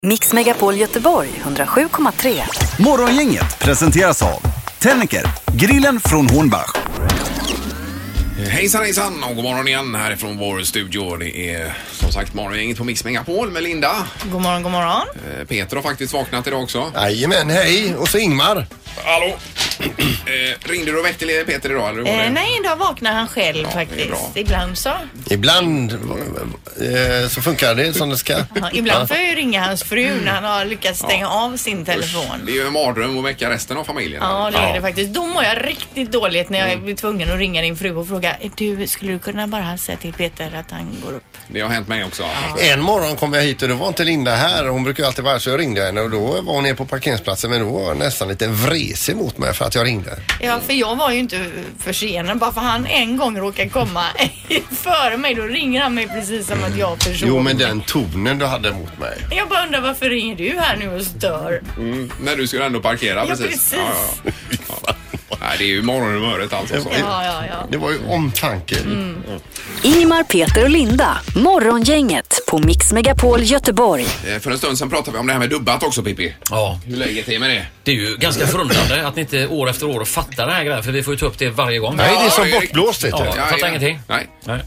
Mix Megapol Göteborg 107,3. Morgongänget presenteras av Tennicker, grillen från Hornbach. Hejsan och god morgon igen härifrån vår studio. Det är som sagt morgongänget på Mix Megapol med Linda. God morgon. Peter har faktiskt vaknat idag också. Jajamän, hej. Och så Ingmar. Hallå. Ringde du och väckte Peter idag? Eller nej, idag vaknar han själv faktiskt. Ibland så. Ibland så funkar det som det ska. Ibland får jag ju ringa hans fru när han har lyckats stänga av sin telefon. Det är ju en mardröm att väcka resten av familjen. Ja, det är det faktiskt. Då mår jag riktigt dåligt när jag blir tvungen att ringa din fru och fråga, skulle du kunna bara säga till Peter att han går upp? Det har hänt mig också. En morgon kom jag hit och det var inte Linda här. Hon brukar alltid vara så jag ringde henne och då var hon nere på parkeringsplatsen, men då var jag nästan lite vresig mot mig för att jag ringde. Ja, för jag var ju inte försenad. Bara för han en gång råkar komma före mig, då ringer han mig precis som att jag försov. Jo, men den tonen du hade mot mig. Jag bara undrar, varför ringer du här nu och stör? När du skulle ändå parkera, precis. Ja. Nej, det är ju morgonhumöret alltså. Ja. Det var ju omtanke. Ingmar, Peter och Linda. Morgongänget på Mix Megapol Göteborg. För en stund sedan pratade vi om det här med dubbat också, Pippi. Ja. Hur läget är med det? Det är ju ganska förundrande att ni inte år efter år fattar det här grejen, för vi får ju ta upp det varje gång. Nej, det är som det är bortblåst, vet du. Ja, fattar ingenting. Nej.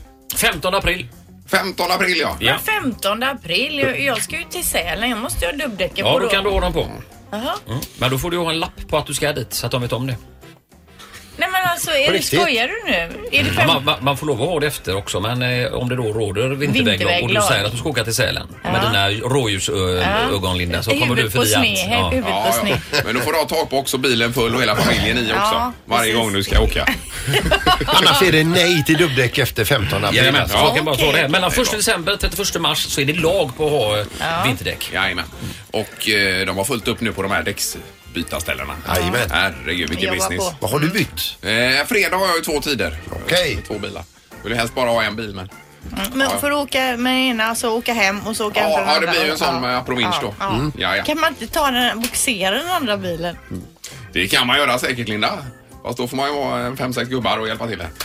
15 april. 15 april, ja. Ja. 15 april, jag ska ju till Sälen, jag måste ju ha dubbdäcken på. Ja, då kan du ha dem på. Jaha. Men då får du ha en lapp på att du ska dit så att de vet om det. Nej, men alltså, skojar du nu? Är det Man får lov att ha det efter också, men om det då råder vinterväglag och du säger att du ska åka till Sälen med dina rådjursögon, Linda, så kommer du förbi allt. Huvudet på sned. Men då får du ha tak på också, bilen full och hela familjen i också. Varje gång du ska åka. Annars är det nej till dubbdäck efter 15 april. Jajamän, så kan bara ta det. Mellan 1 december 31 mars så är det lag på att ha vinterdäck. Jajamän. Och de har fullt upp nu på de här däcksbytarställena. Jajamän. Herregud, vilken business. Vad har du bytt? Fredag har jag ju 2 tider. Okej. 2 bilar. Vill du helst bara ha en bil, men... Men för att åka med ena så åka hem och så åka hem Ja, det blir ju en sån med approvinch då. Ja. Kan man inte boxera den andra bilen? Det kan man göra säkert, Linda. Fast då får man ju vara 5-6 gubbar och hjälpa till det.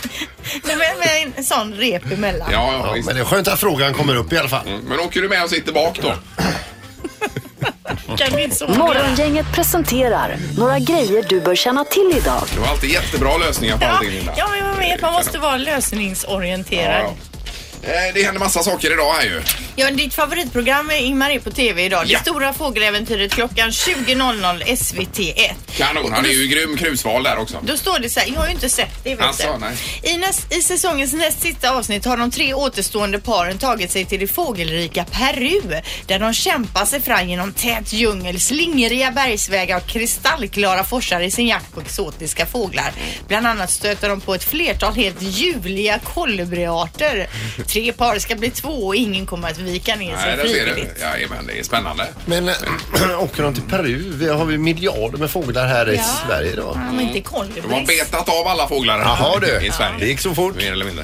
Med en sån rep emellan. Ja, men det är skönt att frågan kommer upp i alla fall. Men åker du med och sitter bak då? Morgongänget presenterar några grejer du bör känna till idag. Du har alltid jättebra lösningar på allting, Linda. Ja, men man vet, man måste vara lösningsorienterad. Ja. Det händer massa saker idag här ju. Ja, ditt favoritprogram Ingmar är på tv idag. Det stora fågeläventyret klockan 20.00 SVT1. Kanon, han är ju grym krusval där också. Då står det så här, jag har ju inte sett det, vet alltså, I säsongens näst sista avsnitt har de 3 återstående paren tagit sig till det fågelrika Peru, där de kämpar sig fram genom tät djungel, slingriga bergsvägar och kristallklara forsar i sin jakt på exotiska fåglar. Bland annat stöter de på ett flertal helt ljuvliga kolibriarter. 3 par ska bli 2 och ingen kommer att vika ner sig frivilligt. Ja, men det är spännande. Men åker de till Peru? Vi har vi miljarder med fåglar här i Sverige då. Ja, men inte kolibris. De har betat av alla fåglar här i Sverige. Det gick så fort. Mer eller mindre.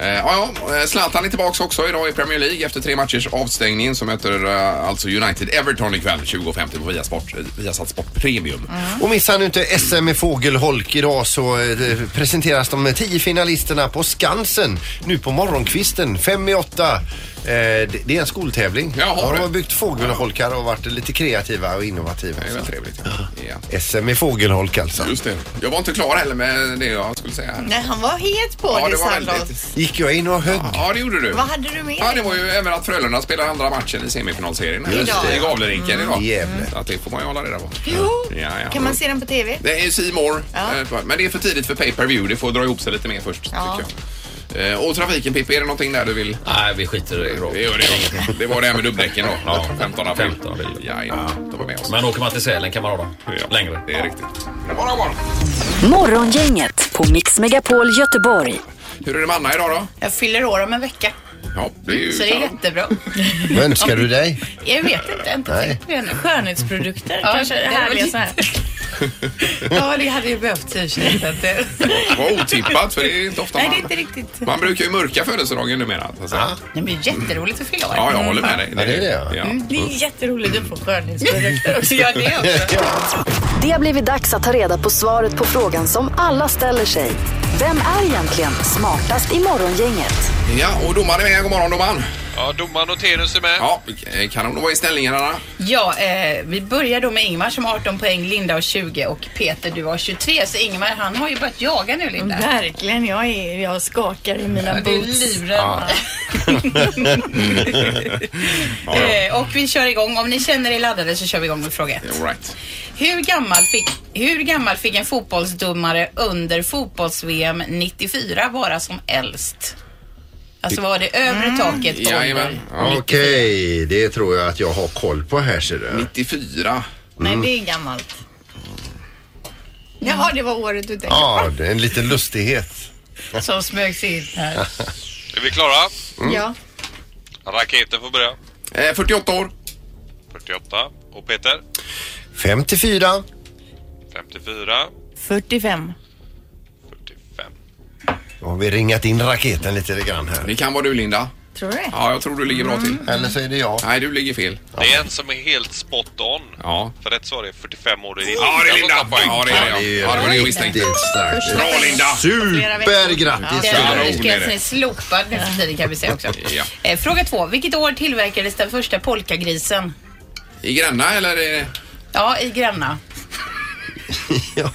Zlatan är tillbaka också idag i Premier League efter 3 matchers avstängning, som möter alltså United Everton ikväll 20.50 på Viasat Sport Premium. Och missar nu inte SM i fågelholk idag, så presenteras de 10 finalisterna på Skansen nu på morgonkvisten 5:08. Det är en skoltävling. De har byggt fågelholkar och varit lite kreativa och innovativa. Det är väl trevligt. Ja. SM i fågelholk alltså. Just det. Jag var inte klar heller med det jag skulle säga här. Nej, han var het på det, det var väldigt. Gick jag in och högg? Ja, det gjorde du. Vad hade du med? Ja, det var ju även att Frölunda spelar andra matchen i semifinalserien i Gavlerinken idag. Så att det får man ju hålla reda på. Jo. Kan man se den på tv? Det är C More. Men det är för tidigt för pay-per-view. Det får dra ihop sig lite mer först, tycker jag. Och trafiken, Pippi, är det någonting där du vill? Nej, vi skiter i det. Det gör det. Det var det här med dubbdäcken då. Ja, 15 april. Ja. De var med oss. Men åker man till Sälen kan man ha dem längre. Det är riktigt. Bara. Morgongänget på Mix Megapol Göteborg. Hur är det med Anna idag då? Jag fyller år om en vecka. Ja, det är ju så det är jättebra. Vad önskar du dig? Jag vet inte skönhetsprodukter, kanske härliga så här. Ja, det hade ju behövt t-shirtet. Vad otippat, för det är inte ofta. Nej, det är inte riktigt. Man brukar ju mörka födelsedagen numera. Det blir jätteroligt att fylla år. Ja, jag håller med dig. Det är det. Ja. Det är jätteroligt att få skönhetsprodukter också. Ja, det också. Det har blivit dags att ta reda på svaret på frågan som alla ställer sig. Vem är egentligen smartast i morgongänget? Ja, och domaren är med. God morgon, domaren. Ja, domaren och Tenus är med. Ja, kan de vara i ställningarna? Ja, vi börjar då med Ingmar som har 18 poäng, Linda har 20 och Peter, du har 23. Så Ingmar, han har ju börjat jaga nu, Linda. Verkligen, jag skakar i mina boots. Du är livrädd. Ja. Och vi kör igång. Om ni känner er laddade så kör vi igång med fråga 1. Right. Hur gammal fick en fotbollsdomare under fotbolls-VM 94 vara som äldst? Alltså var det övre taket ålder? Okej, det tror jag att jag har koll på här, ser du. 94. Nej, det är gammalt. Ja, det var året du tänkte. Ja, det är en liten lustighet. Som smögs in här. Är vi klara? Ja. Raketen får börja. 48 år. 48. Och Peter? 54. 54. 45. 45. Då har vi ringat in raketen lite grann här. Det kan vara du, Linda. Tror du det? Ja, jag tror du ligger bra till. Eller så är det jag. Nej, du ligger fel. Det är en som är helt spot on. Ja. För rätt svar är 45 år. Det är Ja, det är Linda. Ja, det är det. Ja, det var det jag misstänkte. Bra, Linda. Supergrattis. Gränsen är slopad nu för tiden, kan vi säga också. Ja. Fråga 2. Vilket år tillverkades den första polkagrisen? I Gränna eller? Ja, i Gränna. Ja.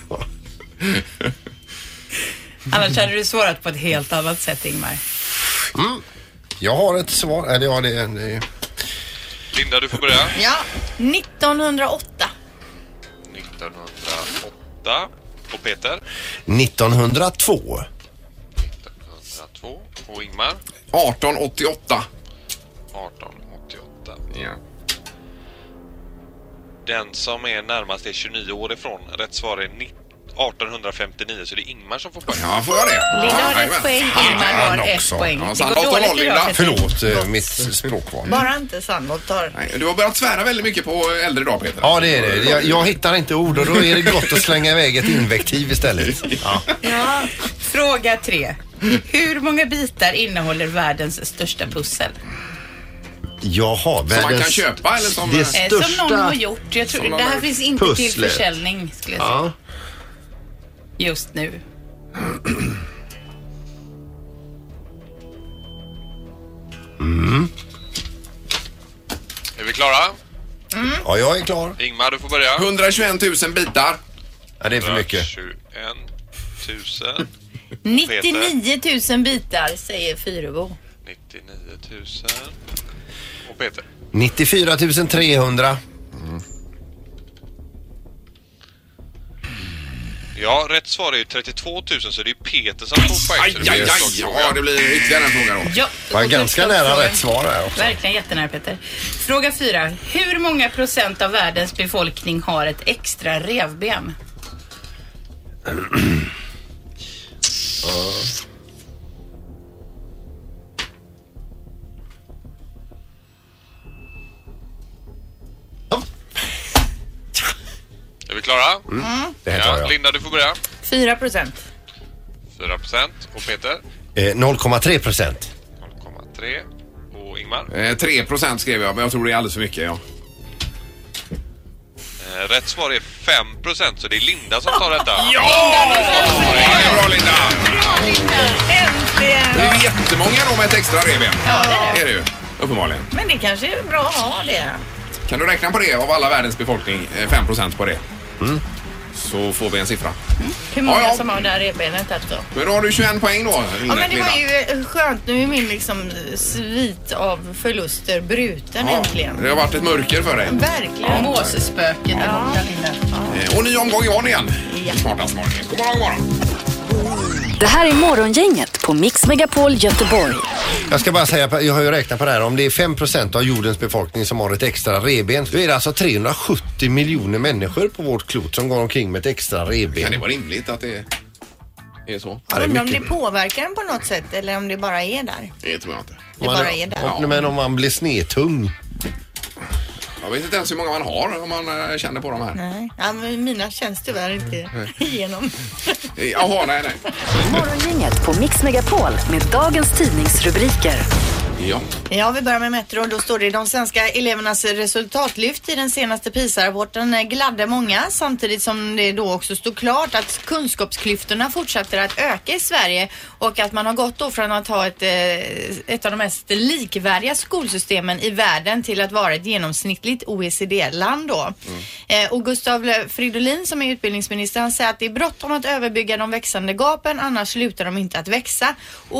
Annars hade du svarat på ett helt annat sätt, Ingmar. Jag har ett svar. Eller ja, det är... Linda, du får börja. Ja, 1908. 1908. Och Peter? 1902. 1902. Och Ingmar? 1888. 1888. Ja. Den som är närmast är 29 år ifrån. Rätt svar är 1859, så det är Ingmar som får poäng. Ja, får jag det? Linda har ett poäng, Ingmar har ett poäng. Ja, Det går dåligt idag. Förlåt, mitt språkval. Bara inte Sandholt tar. Nej, du har börjat svära väldigt mycket på äldre dag, Peter. Ja, det är det. Jag hittar inte ord och då är det gott att slänga iväg ett invektiv istället. Ja. Fråga 3. Hur många bitar innehåller världens största pussel? Jaha, som man kan köpa eller som... Det största som någon har gjort. Jag tror, det här finns inte pusslet till försäljning, skulle jag säga. Ja. Just nu. Är vi klara? Ja, jag är klar. Ingmar, du får börja. 121 000 bitar. Ja, det är för mycket. 121 000. 99 000 bitar, säger Fyrebo. 99 000. Och Peter? 94 300. Ja, rätt svar är ju 32 000, så det är Peter som får poäng. Ja, det blir ytterligare en fråga då. Ja, var ganska nära rätt svar här också. Verkligen jättenära, Peter. Fråga 4. Hur många procent av världens befolkning har ett extra revben? Är vi klara? Det här tar jag. Linda, du får börja. 4%. 4%. Och Peter? 0,3%. 0,3. Och Ingmar? 3% skrev jag, men jag tror det är alldeles för mycket, ja. Rätt svar är 5%, så det är Linda som tar detta. Ja! Bra, Linda! Äntligen! Det är jättemånga då med ett extra revben. Ja, det är det ju. Uppenbarligen. Men det kanske är bra att ha det. Kan du räkna på det av alla världens befolkning? 5% på det. Så får vi en siffra. Hur många som har det här revbenet då? Men då har du 21 poäng då. Ja, men det var ju skönt. Nu är min liksom svit av förluster bruten äntligen. Det har varit ett mörker för dig. Verkligen. Måsespöket där borta, Linda. Och ny omgång imorgon igen. Ja. Smartast morgon. God morgon, god morgon. Det här är Morgongänget på Mix Megapol Göteborg. Jag ska bara säga, jag har ju räknat på det här. Om det är 5% av jordens befolkning som har ett extra revben, då är det alltså 370 miljoner människor på vårt klot som går omkring med ett extra revben. Kan det vara rimligt att det är så? Ja, det är Undrar om mycket. det påverkar den på något sätt eller om det bara är där. Det tror jag inte. Det bara är där. Men om man blir snedtung. Jag vet inte ens hur många man har om man känner på de här. Nej, ja, men mina känns tyvärr inte igenom. Jaha, nej. Morgongänget på Mix Megapol med dagens tidningsrubriker. Ja, vi börjar med Metro. Då står det de svenska elevernas resultatlyft i den senaste PISA-rapporten gladde många, samtidigt som det då också stod klart att kunskapsklyftorna fortsätter att öka i Sverige och att man har gått då från att ha ett av de mest likvärdiga skolsystemen i världen till att vara ett genomsnittligt OECD-land då. Och Gustav Fridolin som är utbildningsminister, han säger att det är bråttom att överbygga de växande gapen, annars slutar de inte att växa.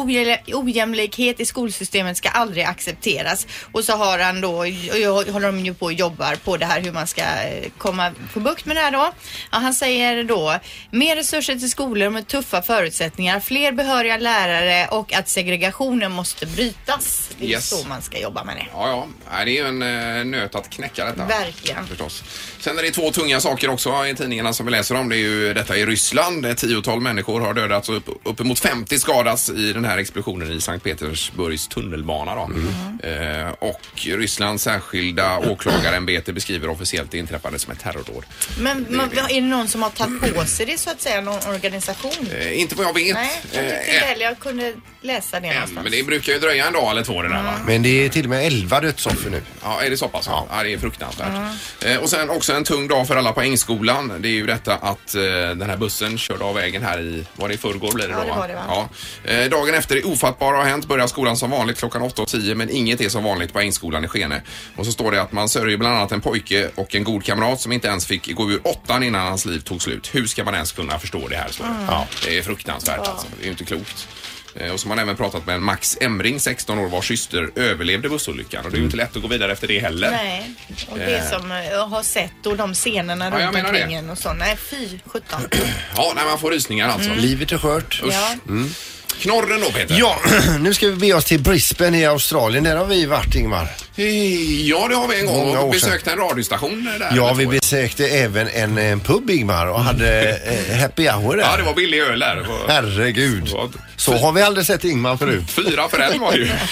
Ojämlikhet i skolsystemet ska aldrig accepteras. Och så har han då, håller de ju på och jobbar på det här hur man ska få bukt med det här då. Ja, han säger då mer resurser till skolor med tuffa förutsättningar, fler behöriga lärare och att segregationen måste brytas. Det är så man ska jobba med det. Ja. Det är ju en nöt att knäcka detta. Verkligen. Förstås. Sen är det 2 tunga saker också i tidningarna som vi läser om. Det är ju detta i Ryssland. 10-tal människor har dödats och uppemot 50 skadats i den här explosionen i Sankt Petersburgs tunnelbana då. Och Rysslands särskilda åklagarämbete beskriver officiellt det inträffade som ett terrordåd. Men är det någon som har tagit på sig det så att säga, någon organisation? Inte vad jag vet. Nej, jag tyckte väl jag kunde läsa det någonstans. Men det brukar ju dröja en dag eller 2 det där va? Men det är till och med 11 dödsoffer nu. Ja, är det så pass? Ja, det är fruktansvärt. Och sen också en tung dag för alla på Ängskolan. Det är ju detta att den här bussen körde av vägen här i, var det i förrgår blir det då? Ja, det var det va? Ja. Dagen efter det ofattbara har hänt, börjar skolan som vanligt klockan 8:10, men inget är som vanligt på Ängskolan i Skene. Och så står det att man sörjer bland annat en pojke och en god kamrat som inte ens fick gå ur 8 innan hans liv tog slut. Hur ska man ens kunna förstå det här? Så det är fruktansvärt alltså. Det är ju inte klokt. Och så har man även pratat med Max Emring, 16 år, vars syster överlevde bussolyckan. Och det är ju inte lätt att gå vidare efter det heller. Nej, och det som jag har sett och de scenerna runt omkring en och så. Nej, fy 17. Ja, när man får rysningar alltså. Livet är skört. Ja. Knorren då, Peter? Ja, nu ska vi be oss till Brisbane i Australien. Där har vi varit, Ingmar. Ja, det har vi en gång. Och besökte en radiostation där. Ja, vi besökte även en pub, Ingmar, och hade happy hour där. Ja, det var billig öl där. Herregud. Så har vi aldrig sett Ingmar förut. 4 för en var ju. 4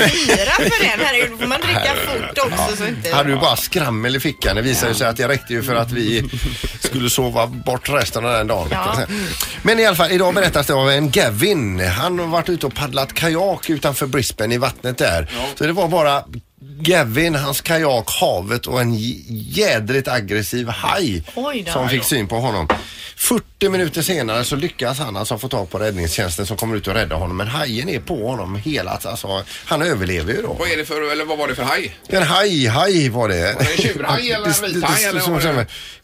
för en, herregud. Får man dricka fort också så inte... Hade du bara skrammel i fickan. Det visade sig att det räckte ju för att vi skulle sova bort resten av den dagen. Ja. Men i alla fall, idag berättas det av en Gavin. Han har varit ute och paddlat kajak utanför Brisbane i vattnet där. Ja. Så det var bara Gavin, hans kajak, havet och en jädrigt aggressiv haj som fick syn på honom. 40 minuter senare så lyckas han alltså få tag på räddningstjänsten som kommer ut och rädda honom. Men hajen är på honom hela, alltså han överlever ju då. Vad är det för, eller vad var det för haj? En haj var det. Var det en tjurhaj eller en vithaj eller vad var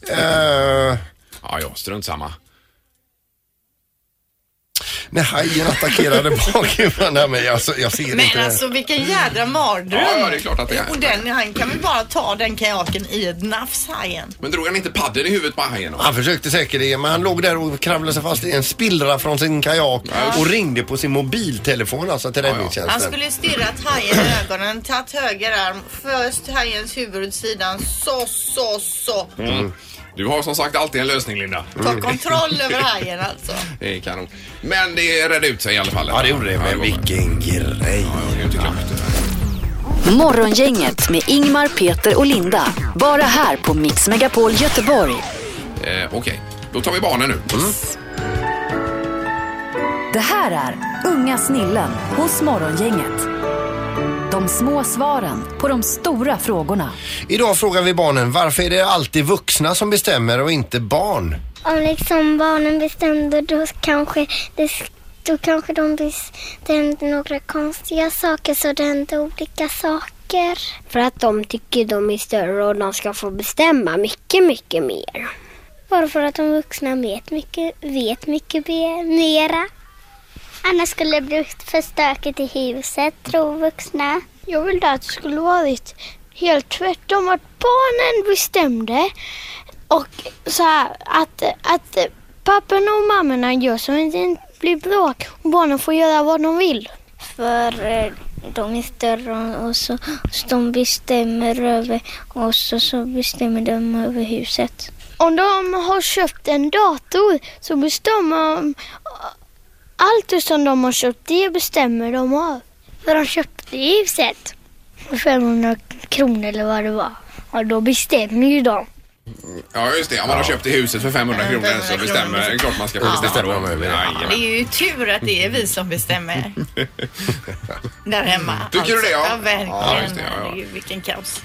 det? Ja, strunt samma. När hajen attackerade bakhuvudet men jag ser men inte. Men alltså vilken jädra mardröm. Ja, det är klart att det är. Och han kan väl bara ta den kajaken i ett nafs, hajen. Men drog han inte paddeln i huvudet på hajen? Han försökte säkert det, men han låg där och kravlade sig fast i en spillra från sin kajak och ringde på sin mobiltelefon alltså till räddningstjänsten. Han skulle stirrat hajen i ögonen, tagit höger arm, först hajens huvud åt sidan, så. Du har som sagt alltid en lösning, Linda. Ta kontroll över hajen alltså. Det är kanon. Men det redde ut sig i alla fall. Ja, det gjorde det. Men vilken grej. Ja, det är inte klokt. Morgongänget med Ingmar, Peter och Linda. Bara här på Mix Megapol Göteborg. Okej, då tar vi barnen nu. Det här är Unga snillen hos Morgongänget. De små svaren på de stora frågorna. Idag frågar vi barnen, varför är det alltid vuxna som bestämmer och inte barn? Om liksom barnen bestämde då kanske de bestämde några konstiga saker så det hände olika saker. För att de tycker de är större och de ska få bestämma mycket, mycket mer. Bara för att de vuxna vet mycket mera. Annars skulle det bli för stökigt i huset, tror vuxna. Jag vill att det skulle varit helt tvärtom, att barnen bestämde. Och så här, att pappan och mammorna gör så att det inte blir bråk. Och barnen får göra vad de vill. För de är större och så de bestämmer över oss och så bestämmer de över huset. Om de har köpt en dator så bestämmer de allt som de har köpt, det bestämmer de av. För de köpte i huset. 500 kronor eller vad det var. Och då bestämmer ju de. Ja, just det. Om man har köpt i huset för 500 kronor så bestämmer det. Klart man ska få bestämma då. Det är ju tur att det är vi som bestämmer. Där hemma. Tycker du det? Ja, verkligen. Ja, just det, ja. Vilken kaos.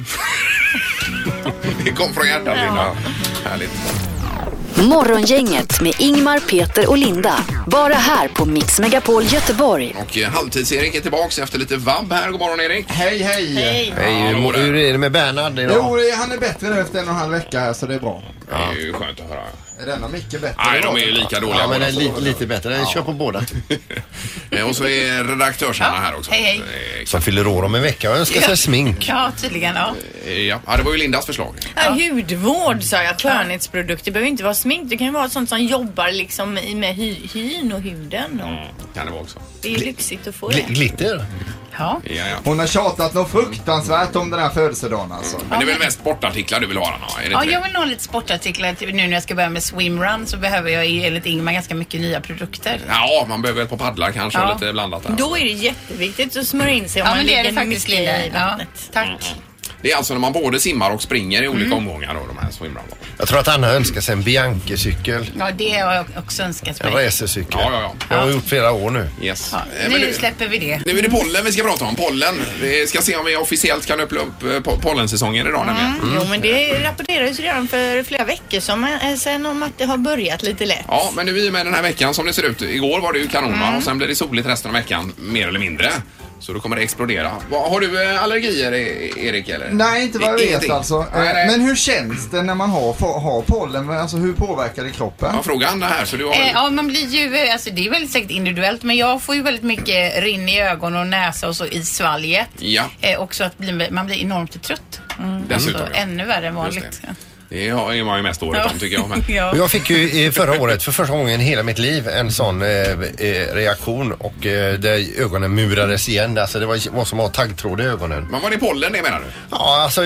Det kom från hjärtat, Linda. Härligt. Morgongänget med Ingmar, Peter och Linda. Bara här på Mix Megapol Göteborg. Och halvtids-Erik är tillbaks efter lite vabb här. God morgon, Erik. Hej. Hej. Hur är det med Bernhard idag? Jo, han är bättre nu efter 1,5 vecka här, så det är bra. Det är ju skönt att höra. Är denna mycket bättre? Nej, de är ju lika dåliga. Ja, men lite bättre. Kör på båda. Och så är redaktörsarna här också. Hej. Som fyller år om en vecka och önskar sig smink. Ja, tydligen. Ja, det var ju Lindas förslag. Hudvård, sa jag. Skönhetsprodukter. Det behöver inte vara smink. Det kan ju vara sånt som jobbar liksom med hyn och huden. Kan det vara också. Det är lyxigt att få det. Glitter? Ja. Hon har tjatat något fruktansvärt om den här födelsedagen alltså. Men det är väl mest sportartiklar du vill ha, Anna? Ja, jag vill ha lite sportartiklar. Nu när jag ska börja med swimrun så behöver jag enligt Ingmar ganska mycket nya produkter. Ja, man behöver ett par paddlar kanske och lite blandat där. Då är det jätteviktigt att smörja in sig om man ligger mycket i vattnet. Tack. Det är alltså när man både simmar och springer i olika omgångar då, de här swimrun. Jag tror att Anna önskar sig en Bianchi-cykel. Ja, det har jag också önskat mig. En racercykel. Ja. Jag har gjort flera år nu. Yes. Ja, nu släpper vi det. Nu är det pollen vi ska prata om. Pollen. Vi ska se om vi officiellt kan öppna upp pollensäsongen idag nämligen. Jo, men det rapporterades redan för flera veckor sedan om att det har börjat lite lätt. Ja, men nu i och med den här veckan som det ser ut. Igår var det ju kanon och sen blir det soligt resten av veckan, mer eller mindre. Så då kommer det explodera. Har du allergier, Erik? Eller? Nej, inte vad jag vet alltså. Nej. Men hur känns det när man har pollen? Alltså hur påverkar det kroppen? Ja, fråga Anna här. Så du har... Ja, man blir ju, alltså det är väldigt säkert individuellt, men jag får ju väldigt mycket rinn i ögon och näsa och så i svalget. Ja. Också att man blir enormt trött. Dessutom, ännu värre än vanligt. Det är man ju mest året om tycker jag. Men... Ja. Jag fick ju förra året för första gången i hela mitt liv en sån reaktion och där ögonen murades igen. Alltså det var som att ha taggtråd i ögonen. Men var det pollen det menar du? Ja, alltså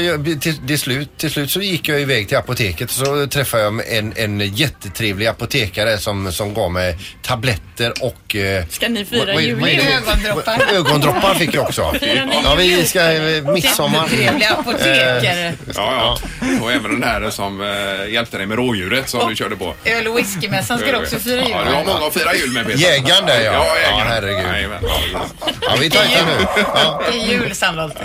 till slut så gick jag iväg till apoteket och så träffade jag en jättetrevlig apotekare som gav mig tabletter och... Ska ni fira jul i ögondroppar? Ögondroppar fick jag också. Ja, vi ska midsommar. Jättetrevliga apotekare. Ja. Och även den här som hjälpte dig med rådjuret som du körde på. Öl- och whiskymässan ska du också fira jul. Ja, du har många att fira jul med, Peter. Jägaren där, ja. Ja, herregud. Jajamän. Ja, vi tar nu. Ja. Det är jul sannolikt.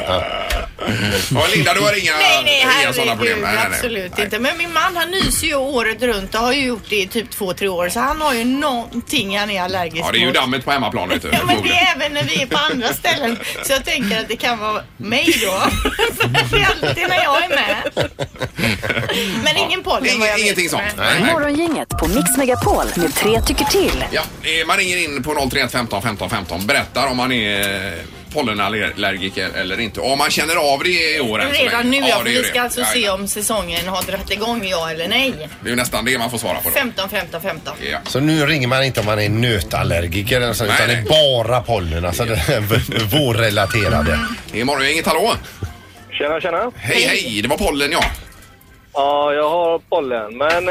Ja, Linda, du har inga sådana problem? Nej, absolut inte. Men min man, han nyser ju året runt och har ju gjort det i typ 2-3 år. Så han har ju någonting han är allergisk mot. Ja, det är ju dammet på hemmaplan, vet du. Ja, men det är även när vi är på andra ställen. Så jag tänker att det kan vara mig då. För det är alltid när jag är med. Men ingen pollen. Ingenting sånt. Morgongänget på Mix Megapol med 3 tycker till. Ja, man ringer in på 031 15 15 15. Berättar om man är pollenallergiker eller inte. Om man känner av det i år. Redan nu, för vi ska alltså se om säsongen har dragit igång, ja eller nej. Det är ju nästan det man får svara på då. 15. Ja. Så nu ringer man inte om man är nötallergiker eller så, utan det är bara pollen, alltså det är vårrelaterade. Det är morgon, inget hallå. Tjena. Hej, det var pollen, ja. Ja, jag har pollen, men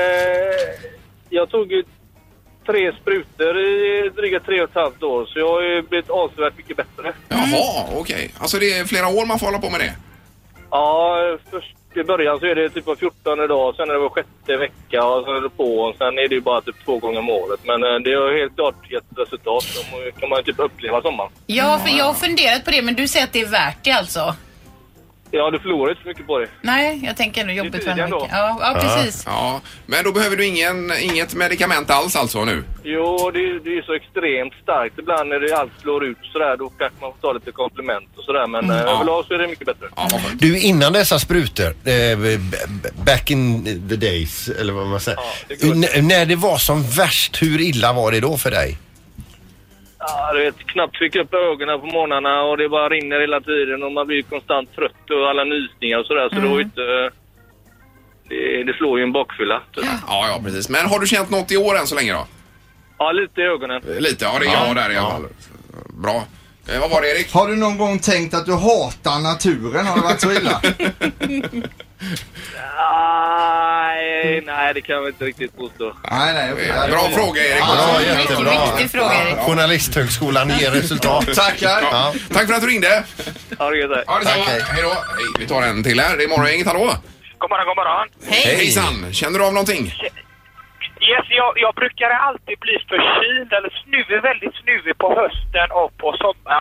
jag tog ju 3 sprutor i dryga 3,5 år, så jag har ju blivit avsevärt mycket bättre. Jaha, okej. Alltså det är flera år man får hålla på med det? Ja, först i början så är det typ var 14 dag, sen är det var 6:e vecka och sen är det på, och sen är det ju bara typ 2 gånger om året. Men det har helt klart gett resultat, så kan man typ uppleva sommaren. Ja, för jag har funderat på det, men du säger att det är värt det alltså? Ja, du förlorar inte så mycket på det. Nej, jag tänker ändå jobbigt för en vecka. Ja, precis. Ja, men då behöver du inget medicament alls alltså nu? Jo, det är så extremt starkt. Ibland när det allt slår ut sådär, då kanske man får ta lite komplement och sådär. Men överlag så är det mycket bättre. Du, innan dessa sprutor, back in the days, eller vad man säger. Ja, när det var som värst, hur illa var det då för dig? Ja, du vet, knappt fick upp ögonen på morgnarna och det bara rinner hela tiden och man blir konstant trött och alla nysningar och sådär. Så det var inte... Det slår ju en bakfylla. Ja, precis. Men har du känt något i år än så länge då? Ja, lite i ögonen. Lite, ja, det är jag där i alla fall. Bra. Vad var det, Erik? Har du någon gång tänkt att du hatar naturen? Har det varit så illa? Nej, det kan jag inte riktigt påstå. Nej. Bra fråga, Erik. Ja, jättebra. Viktig fråga, Erik. Journalisthögskolan ger resultat. Tackar. Ja. Tack för att du ringde. Ja, det är det. Ja, detsamma. Hej då. Vi tar en till här. Det är morgon, inget hallå. God morgon. Hej. Hejsan. Känner du av någonting? Yes, jag brukar alltid bli förkyld eller väldigt snuvig på hösten och på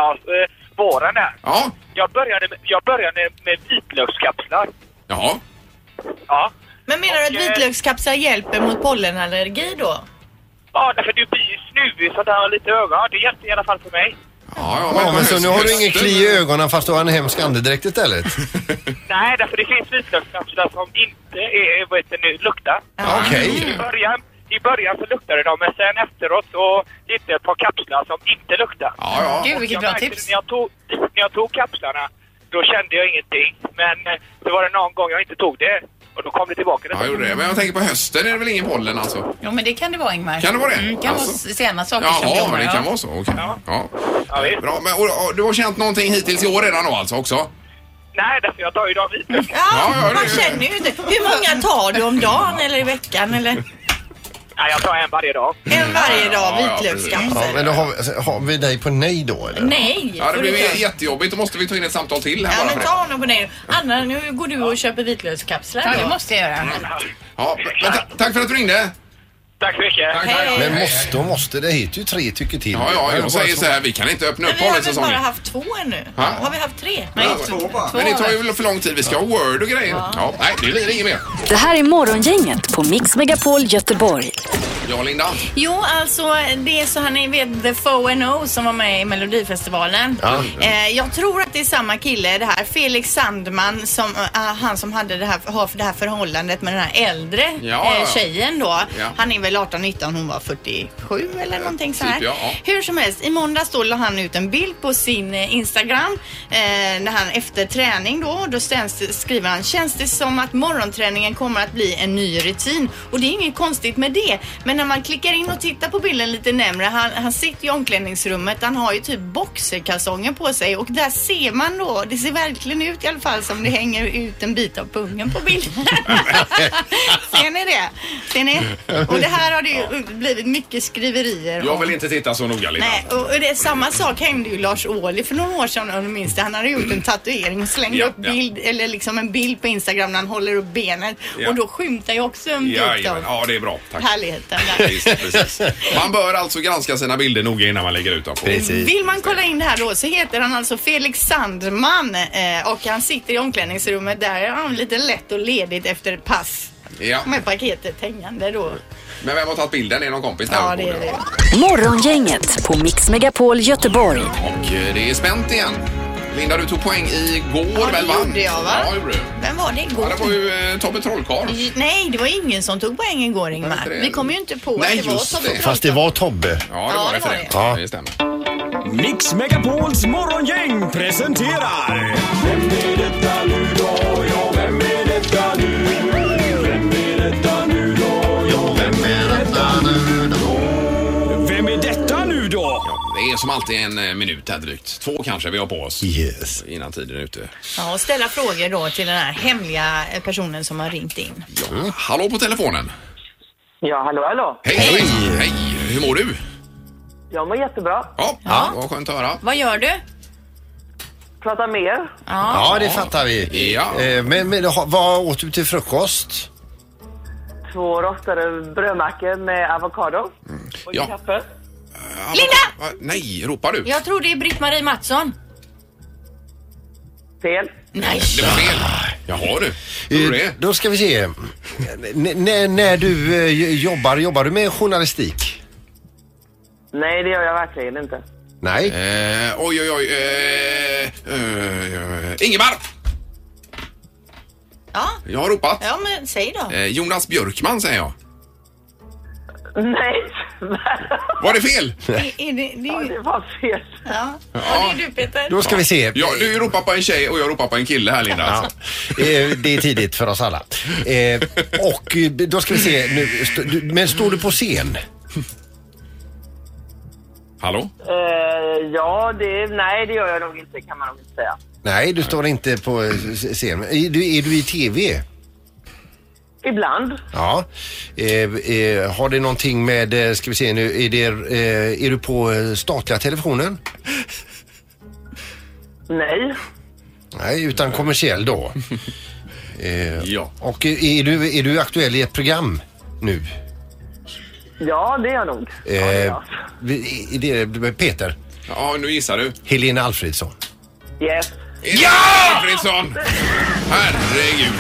våren där. Ja. Jag började med vitlökskapslar. Jaha. Ja. Men menar du att vitlökskapslar hjälper mot pollenallergi då? Ja, därför du blir ju snuvig så där lite ögon. Det hjälpte i alla fall för mig. Ja, men så nu har du ingen kli i ögonen fast du har en hemsk andedräkt istället? Nej, därför det finns vitlökskapslar som inte luktar. Okej. I början så luktade de, men sen efteråt så gick det ett par kapslar som inte luktar. Ja. Gud, vilket bra tips. När jag tog kapslarna, då kände jag ingenting. Men det var det någon gång jag inte tog det. Och då kom det tillbaka. Ja, gjorde det. Men jag tänker på hösten är det väl ingen pollen alltså? Jo, men det kan det vara, Ingmar. Kan det vara det? Det kan vara sena saker som Jaha, blommar. det kan vara så. Okej. Ja. Bra. Men, och du har känt någonting hittills i år redan då alltså också? Nej, därför jag tar ju dem vitlök. Man känner ju inte. Hur många tar du om dagen eller i veckan eller? Nej, jag tar en varje dag. En varje dag vitlökskapslar. Ja, men då har vi dig på nej då eller? Nej. Ja, det blir jättejobbigt. Då måste vi ta in ett samtal till här. Ja, bara men ta honom på nej. Anna, nu går du och köper vitlökskapslar. Ja, det måste jag göra. Ja, men tack för att du ringde. Tack så mycket. Hej. Men måste det heter ju 3 tycker till. Ja, jag säger så här, vi kan inte öppna upp pollensäsongen. Vi har väl bara haft 2 ännu. Har vi haft 3? Nej, 2 bara. Men det tar ju för lång tid. Vi ska ha Word och grejer. Ja, nej, det blir inget mer. Det här är Morgongänget på Mix Megapol Göteborg. Ja, Linda. Jo, alltså det är så här, ni vet The Foe som var med i Melodifestivalen. Ja. Jag tror att det är samma kille, det här Felix Sandman, som han som hade det här förhållandet med den här äldre tjejen då. Ja. Han är väl 18-19, hon var 47 eller någonting så här. Hur som helst, i måndags då la han ut en bild på sin Instagram när han efter träning då skriver han: känns det som att morgonträningen kommer att bli en ny rutin? Och det är inget konstigt med det. Men när man klickar in och tittar på bilden lite närmare, han sitter i omklädningsrummet, han har ju typ boxerkalsonger på sig och där ser man då, det ser verkligen ut i alla fall som det hänger ut en bit av pungen på bilden. Ser ni det? Ser ni? Och det här har det ju blivit mycket skriverier. Jag vill inte titta så noga, Linda. Nej, och det är samma sak hände ju Lars Ohly för några år sedan, om du minns det. Han hade gjort en tatuering och slängde upp bild, eller liksom en bild på Instagram när han håller upp benet. Och då skymtar ju också en bit av ja, det är bra. Tack. Härligheten. Precis. Man bör alltså granska sina bilder noga innan man lägger ut dem. Vill man kolla in det här då så heter han alltså Felix Sandman och han sitter i omklädningsrummet. Där är han lite lätt och ledigt efter ett pass. Ja. Med paketet hängande då. Men vem har tagit bilden? Är det någon kompis där? Ja, det är det. Morgongänget på Mix Megapol Göteborg. Och det är spänt igen. Linda, du tog poäng igår väl, va? Ja, det gjorde jag, va? Ja, gjorde du. Vem var det igår? Ja, det var ju Tobbe Trollkarl. Nej, det var ingen som tog poäng igår, Ingmar. Vi kom ju inte på att det var Tobbe Trollkarl. Fast det var Tobbe. Ja, det var det för det. Ja, det stämmer. Mix Megapols morgongäng presenterar... Vem är detta nu då? Ja, vem är detta nu? Vem är detta nu då? Ja, vem är detta nu då? Vem är detta nu då? Ja, det är som alltid en minut här drygt. 2 kanske vi har på oss. Yes. Innan tiden är ute. Ja, och ställa frågor då till den här hemliga personen som har ringt in. Ja. Hallå på telefonen. Ja, hallå. Hej. Hur mår du? Jag mår jättebra. Ja. Vad skönt att höra. Vad gör du? Prata mer. Ja, det fattar vi. Ja. Men vad åt du till frukost? 2 rostade brödmackor med avokado. Och kaffe. Linda! Nej, ropar du? Jag tror det är Britt-Marie Mattsson. Fel. Nej. Det var fel. Jaha du. Då ska vi se. När du jobbar du med journalistik? Nej, det gör jag verkligen inte. Nej. Oj. Ingemar! Ja. Jag har ropat. Ja, men säg då. Jonas Björkman säger jag. Nej. Var det fel? Ja, det var fel. Ja. Och det är du, Peter. Då ska vi se. Ja, du ropar på en tjej och jag ropar på en kille här, Linda. Ja. Det är tidigt för oss alla. Och då ska vi se nu. Men står du på scen? Hallå? Ja, nej, det gör jag nog inte, kan man nog inte säga. Nej, du står inte på scen. Är du i tv? Ibland. Ja. Har det någonting med, ska vi se nu, är du på statliga telefonen? Nej. Nej, utan kommersiell då. Ja. Och är du aktuell i ett program nu? Ja, det är jag nog. Är det Peter? Ja, nu gissar du. Helena Alfredsson. Yes. Ja! Alfredsson! Herregud.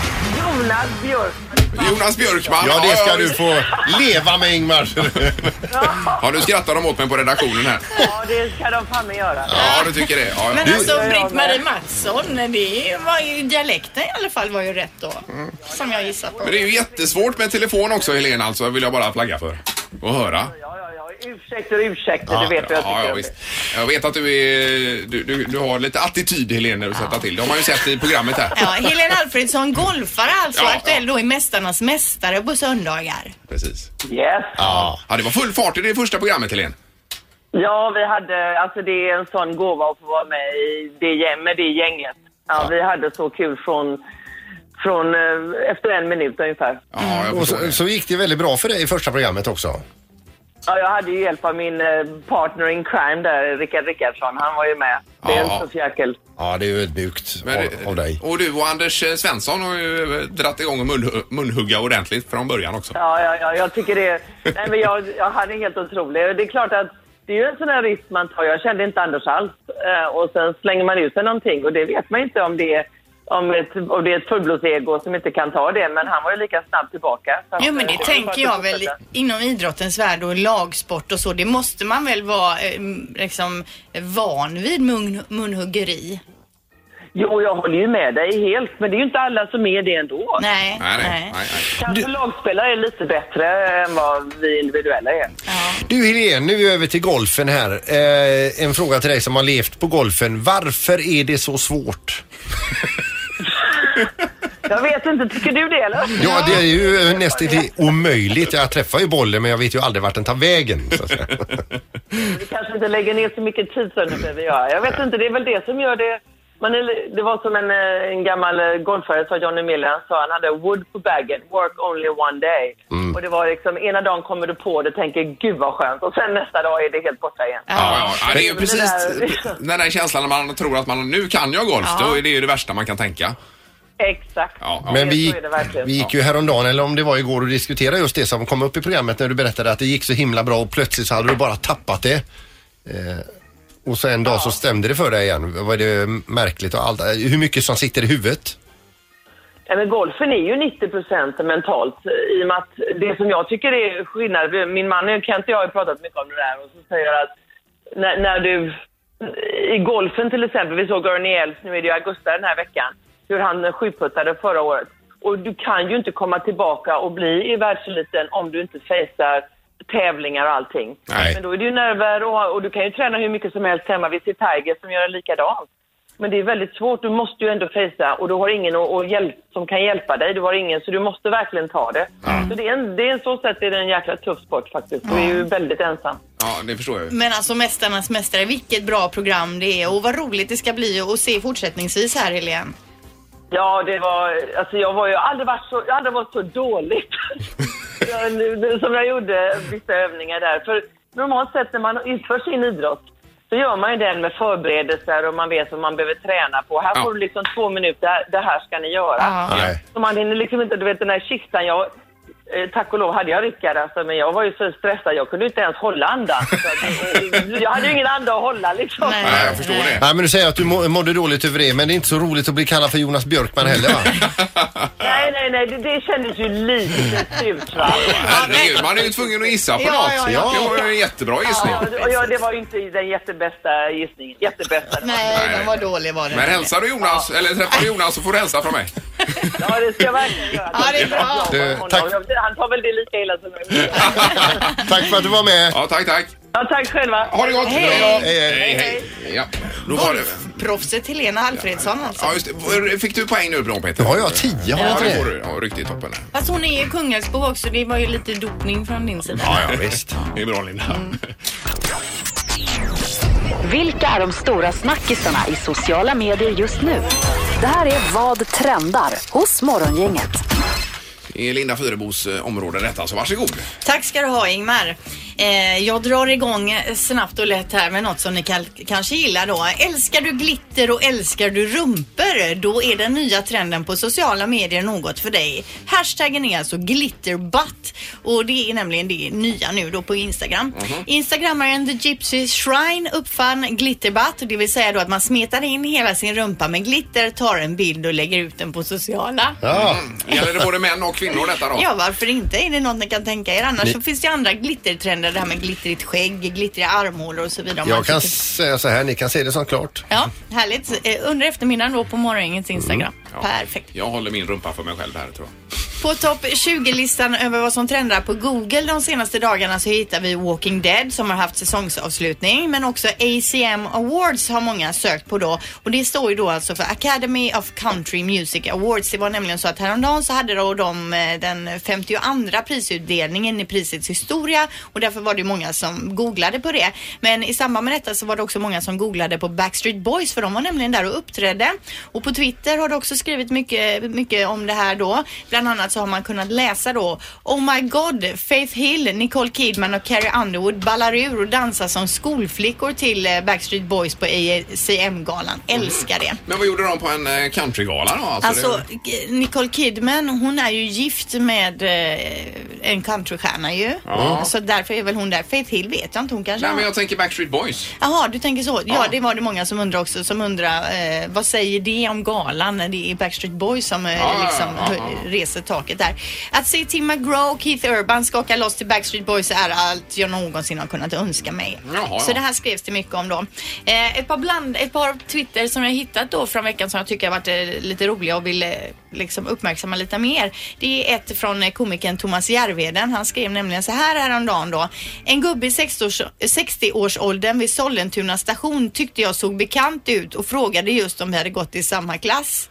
Jonas Björkman. Ja, det ska du få leva med, Ingmar. Ja, nu skrattar de åt mig på redaktionen här. Ja, det ska de fan göra. Ja, du tycker det. Ja, men alltså, Britt-Marie Mattsson, det var ju dialekten i alla fall var ju rätt då. Som jag gissar på. Men det är ju jättesvårt med telefon också, Helena, alltså vill jag bara flagga för. Och höra. Ursäkter, det vet jag. Ja, visst. Jag vet att du har lite attityd, Helena, när du sätter till. Det har man ju sett i programmet här. Ja, Helena Alfredsson golfare alltså, aktuell då i Mästarnas mästare på söndagar. Precis. Yes. Ja, det var full fart i det första programmet, Helena. Ja, vi hade, alltså det är en sån gåva att få vara med med det gänget. Ja, vi hade så kul från efter 1 minut ungefär. Ja, och så gick det väldigt bra för dig i första programmet också. Ja, jag hade ju hjälp av min partner in crime där, Rickard Rickardsson. Han var ju med. Det är en så fjäkel. Ja, det är ju ödmjukt av dig. Och du och Anders Svensson har ju dratt igång och munhugga ordentligt från början också. Ja, jag tycker det. Nej, men jag hade helt otroligt. Det är klart att det är ju en sån här risk man tar. Jag kände inte Anders alls. Och sen slänger man ut sig någonting. Och det vet man inte om det är ett fullblodsego som inte kan ta det, men han var ju lika snabb tillbaka. Ja, men det tänker jag väl inom idrottens värld och lagsport och så, det måste man väl vara liksom van vid munhuggeri. Jo, jag håller ju med dig helt, men det är ju inte alla som är det ändå. Nej. Kanske lagspelare är lite bättre än vad vi individuella är. Ja. Du Helene, nu är vi över till golfen här. En fråga till dig som har levt på golfen. Varför är det så svårt? Jag vet inte, tycker du det eller? Ja, det är ju nästan omöjligt. Jag träffar ju bollen, men jag vet ju aldrig vart den tar vägen. Så att säga. Vi kanske inte lägger ner så mycket tid som det behöver göra. Jag vet inte, det är väl det som gör det. Det var som en gammal golfare, sa Johnny Miller, sa han hade wood på baggen, work only one day. Och det var liksom, ena dagen kommer du på det, tänker gud vad skönt, och sen nästa dag är det helt borta igen. Ja, det är ju precis den där känslan när man tror att man nu kan jag golf, då är det ju det värsta man kan tänka. Exakt. Men vi gick ju häromdagen, eller om det var igår, och diskuterade just det som kom upp i programmet när du berättade att det gick så himla bra och plötsligt så hade du bara tappat det. Och så en dag så stämde det för dig igen. Var det märkligt och allt? Hur mycket som sitter i huvudet? Ja, men golfen är ju 90% mentalt. I och med att det som jag tycker är skillnad. Min man Kent och jag har pratat mycket om det där. Och så säger jag att när du... I golfen till exempel, vi såg Ernie Els, nu är det ju augusti den här veckan. Hur han sjuputtade förra året. Och du kan ju inte komma tillbaka och bli i världseliten om du inte fejsar tävlingar och allting. Nej. Men då är det ju nerver och du kan ju träna hur mycket som helst hemma. Vi ser Tiger som gör likadant. Men det är väldigt svårt. Du måste ju ändå fejsa och du har ingen som kan hjälpa dig. Du har ingen, så du måste verkligen ta det. Så det är en så sätt är det en jäkla tuff sport faktiskt. Du är ju väldigt ensam. Ja, det förstår jag. Men alltså Mästarnas mästare, vilket bra program det är och vad roligt det ska bli att se fortsättningsvis här, Helene. Ja, det var, alltså jag har aldrig varit så dåligt som jag gjorde vissa övningar där. För normalt sett när man utför sin idrott så gör man ju den med förberedelser och man vet vad man behöver träna på. Här får du liksom 2 minuter, det här ska ni göra. Så man hinner liksom inte, du vet den här kistan, tack och lov hade jag Rickard alltså, men jag var ju så stressad, jag kunde inte ens hålla andan. Jag hade ju ingen anda att hålla liksom. Nej, jag förstår det. Nej, men du säger att du mådde dåligt över det, men det är inte så roligt att bli kallad för Jonas Björkman heller, va? Nej, det kändes ju lite surt, va? Man är ju tvungen att gissa på något. Ja. Det var en jättebra gissning. Ja, det var ju inte den jättebästa gissningen. Nej, den var dålig var det. Men hälsar du Jonas, eller träffar du Jonas så får du hälsa från mig. Ja, det ska jag verkligen göra. Ja, det är bra. Tack. Han tar väl det lika illa som jag. Tack för att du var med. Ja, tack. Ja, tack själva. Ha det gott. Hej. Ja. Proffset Helena Alfredsson alltså. Ja, just det. Fick du poäng nu, bra Peter? Ja, jag har 10. Ja, det får du. Ja, riktigt toppen. Fast hon är ju Kungälvsbo också, det var ju lite dopning från din sida. Ja, visst. Det är bra, Linda. Vilka är de stora snackisarna i sociala medier just nu? Det här är Vad trendar hos Morgongänget. Det är Linda Fyrebos område detta, så varsågod. Tack ska du ha, Ingmar. Jag drar igång snabbt och lätt här med något som ni kanske gillar då. Älskar du glitter och älskar du rumpor? Då är den nya trenden på sociala medier något för dig. Hashtaggen är alltså glitterbutt. Och det är nämligen det nya nu då på Instagram. Instagrammaren The Gypsy Shrine uppfann glitterbutt. Det vill säga då att man smetar in hela sin rumpa med glitter, tar en bild och lägger ut den på sociala. Gäller det både män och kvinnor detta då? Ja, varför inte? Är det något ni kan tänka er? Annars så finns det andra glittertrender. Det här med glittrigt skägg, glittriga armhålor och så vidare. Jag kan säga så här, ni kan se det som klart. Ja, härligt. Under eftermiddagen då på morgonens Instagram. Ja. Perfekt. Jag håller min rumpa för mig själv här, tror jag. På topp 20-listan över vad som trendar på Google de senaste dagarna så hittar vi Walking Dead som har haft säsongsavslutning, men också ACM Awards har många sökt på då, och det står ju då alltså för Academy of Country Music Awards. Det var nämligen så att häromdagen så hade då de den 52:a prisutdelningen i prisets historia, och därför var det många som googlade på det. Men i samband med detta så var det också många som googlade på Backstreet Boys, för de var nämligen där och uppträdde. Och på Twitter har det också skrivit mycket om det här då. Bland annat så har man kunnat läsa då: Oh my god, Faith Hill, Nicole Kidman och Carrie Underwood ballar ur och dansar som skolflickor till Backstreet Boys på ACM-galan. Älskar det. Men vad gjorde de på en countrygala då? Alltså Nicole Kidman, hon är ju gift med en countrystjärna ju. Så därför är väl hon där. Faith Hill vet jag inte, hon kanske... Nej, men jag tänker Backstreet Boys. Jaha, du tänker så. Ja, det var det många som undrar också. Som undrar, vad säger det om galan när det är Backstreet Boys som reser taket där. Att se Tim McGraw och Keith Urban skaka loss till Backstreet Boys är allt jag någonsin har kunnat önska mig. Så det här skrevs det mycket om då. Ett par Twitter som jag hittat då från veckan som jag tycker har varit lite roliga och vill liksom uppmärksamma lite mer. Det är ett från komikern Thomas Järvheden. Han skrev nämligen så här häromdagen då: en gubbe i 60-årsåldern vid Sollentuna station tyckte jag såg bekant ut och frågade just om vi hade gått i samma klass.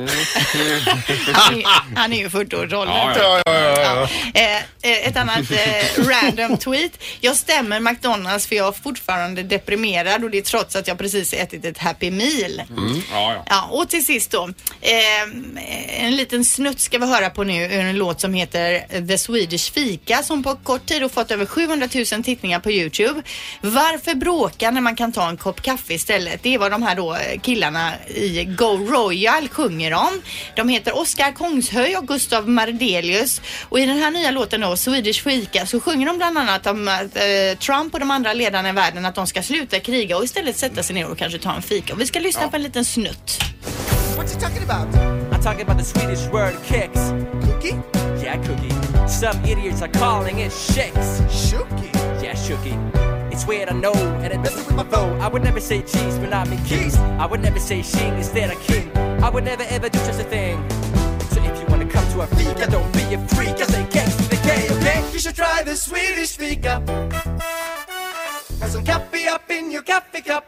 Han är ju 40-årsåldern. Ett annat random tweet: jag stämmer McDonalds för jag är fortfarande deprimerad, och det är trots att jag precis ätit ett Happy Meal. Och till sist då en liten snutt ska vi höra på nu ur en låt som heter The Swedish Fika, som på kort tid har fått över 700 000 tittningar på YouTube. Varför bråka när man kan ta en kopp kaffe istället? Det är vad de här då killarna i Go Royal sjunger om. De heter Oskar Kongshöj och Gustav Mardelius, och i den här nya låten då, Swedish Fika, så sjunger de bland annat om att Trump och de andra ledarna i världen att de ska sluta kriga och istället sätta sig ner och kanske ta en fika. Och vi ska lyssna på en liten snutt. What you talking about? I'm talking about the Swedish word kicks. Cookie? Yeah, cookie. Some idiots are calling it shakes. Shookie? Yeah, shookie. It's weird, I know, and it messes with my flow. I would never say cheese when I'm in keys. I would never say shing instead of king. I would never ever do such a thing. So if you wanna come to a fika, don't be a freak. I say cakes with a K, okay? You should try the Swedish fika. Have some coffee up in your coffee cup.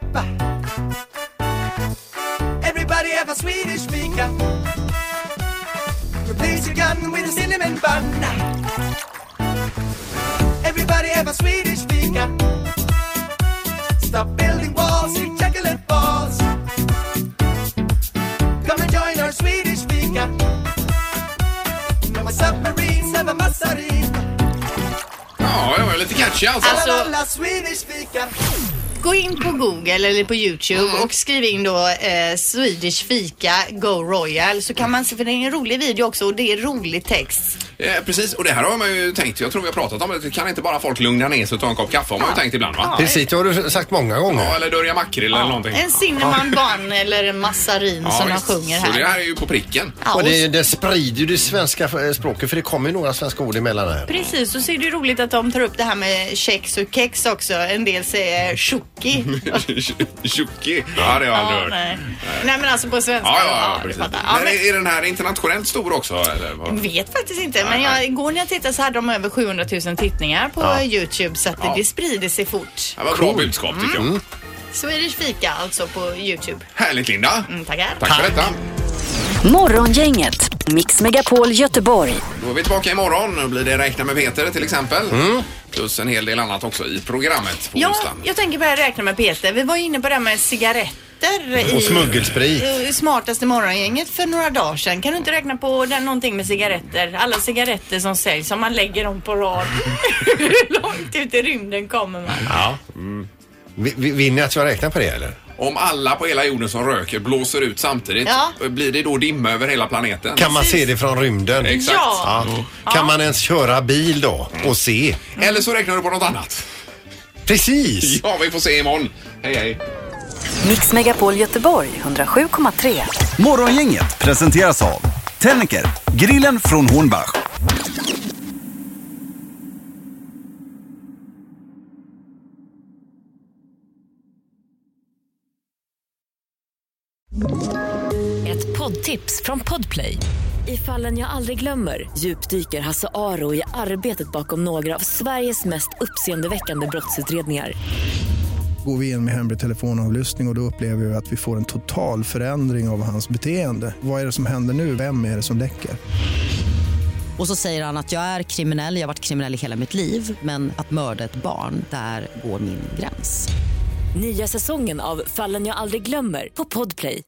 Everybody have a Swedish fika. Replace your gun with a cinnamon bun. Everybody have a Swedish fika. Stop building walls with chocolate balls. Come and join our Swedish fika. No submarines have a massarin. Ja, det var lite catchy alltså. Alla Swedish fika. Gå in på Google eller på YouTube och skriv in då Swedish Fika Go Royal, så kan man se, för det är en rolig video också och det är rolig text. Precis, och det här har man ju tänkt, jag tror vi har pratat om det, kan inte bara folk lugna ner sig och ta en kopp kaffe, har man ju tänkt ibland, va? Precis, det har du sagt många gånger. Ja, eller dörja makrill eller någonting. En cinnamon bun eller en massarin som de sjunger här. Så det här är ju på pricken. Och det sprider ju det svenska språket, för det kommer ju några svenska ord emellan här. Precis, så ser det ju roligt att de tar upp det här med kex och kex också. En del säger tjocki. Tjocki? Ja, det har jag aldrig hört. Nej, men alltså på svenska. Ja, precis. Men är den här internationellt stor också? Eller vad? Jag vet faktiskt inte, men igår när jag tittade så hade de över 700 000 tittningar på YouTube, så att det sprider sig fort. Det var bra budskap tycker jag. Swedish Fika alltså på YouTube. Härligt, Linda. Tackar. Tack för detta. Morgongänget, Mix Megapol Göteborg. Då är vi tillbaka imorgon. Nu blir det Räkna med Peter till exempel. Plus en hel del annat också i programmet på onsdagen. Jag tänker börja räkna med Peter. Vi var inne på det här med cigaretter och smuggelsprit. I smartaste morgongänget för några dagar sedan. Kan du inte räkna på någonting med cigaretter? Alla cigaretter som säljs, om man lägger dem på rad. Hur långt ut i rymden kommer man? Ja. Vill ni att jag räknar på det eller? Om alla på hela jorden som röker blåser ut samtidigt, blir det då dimma över hela planeten? Kan man se det från rymden? Exakt. Ja. Kan man ens köra bil då och se? Eller så räknar du på något annat. Precis! Ja, vi får se imorgon. Hej, hej. Mix Megapol Göteborg 107,3. Morgongänget presenteras av Tennicker, grillen från Hornbach. Ett poddtips från Podplay. I Fallen jag aldrig glömmer djupdyker Hasse Aro i arbetet bakom några av Sveriges mest uppseendeväckande brottsutredningar. Går vi in med hemlig telefonavlyssning och då upplever vi att vi får en total förändring av hans beteende. Vad är det som händer nu? Vem är det som läcker? Och så säger han att jag är kriminell, jag har varit kriminell i hela mitt liv. Men att mörda ett barn, där går min gräns. Nya säsongen av Fallen jag aldrig glömmer på Podplay.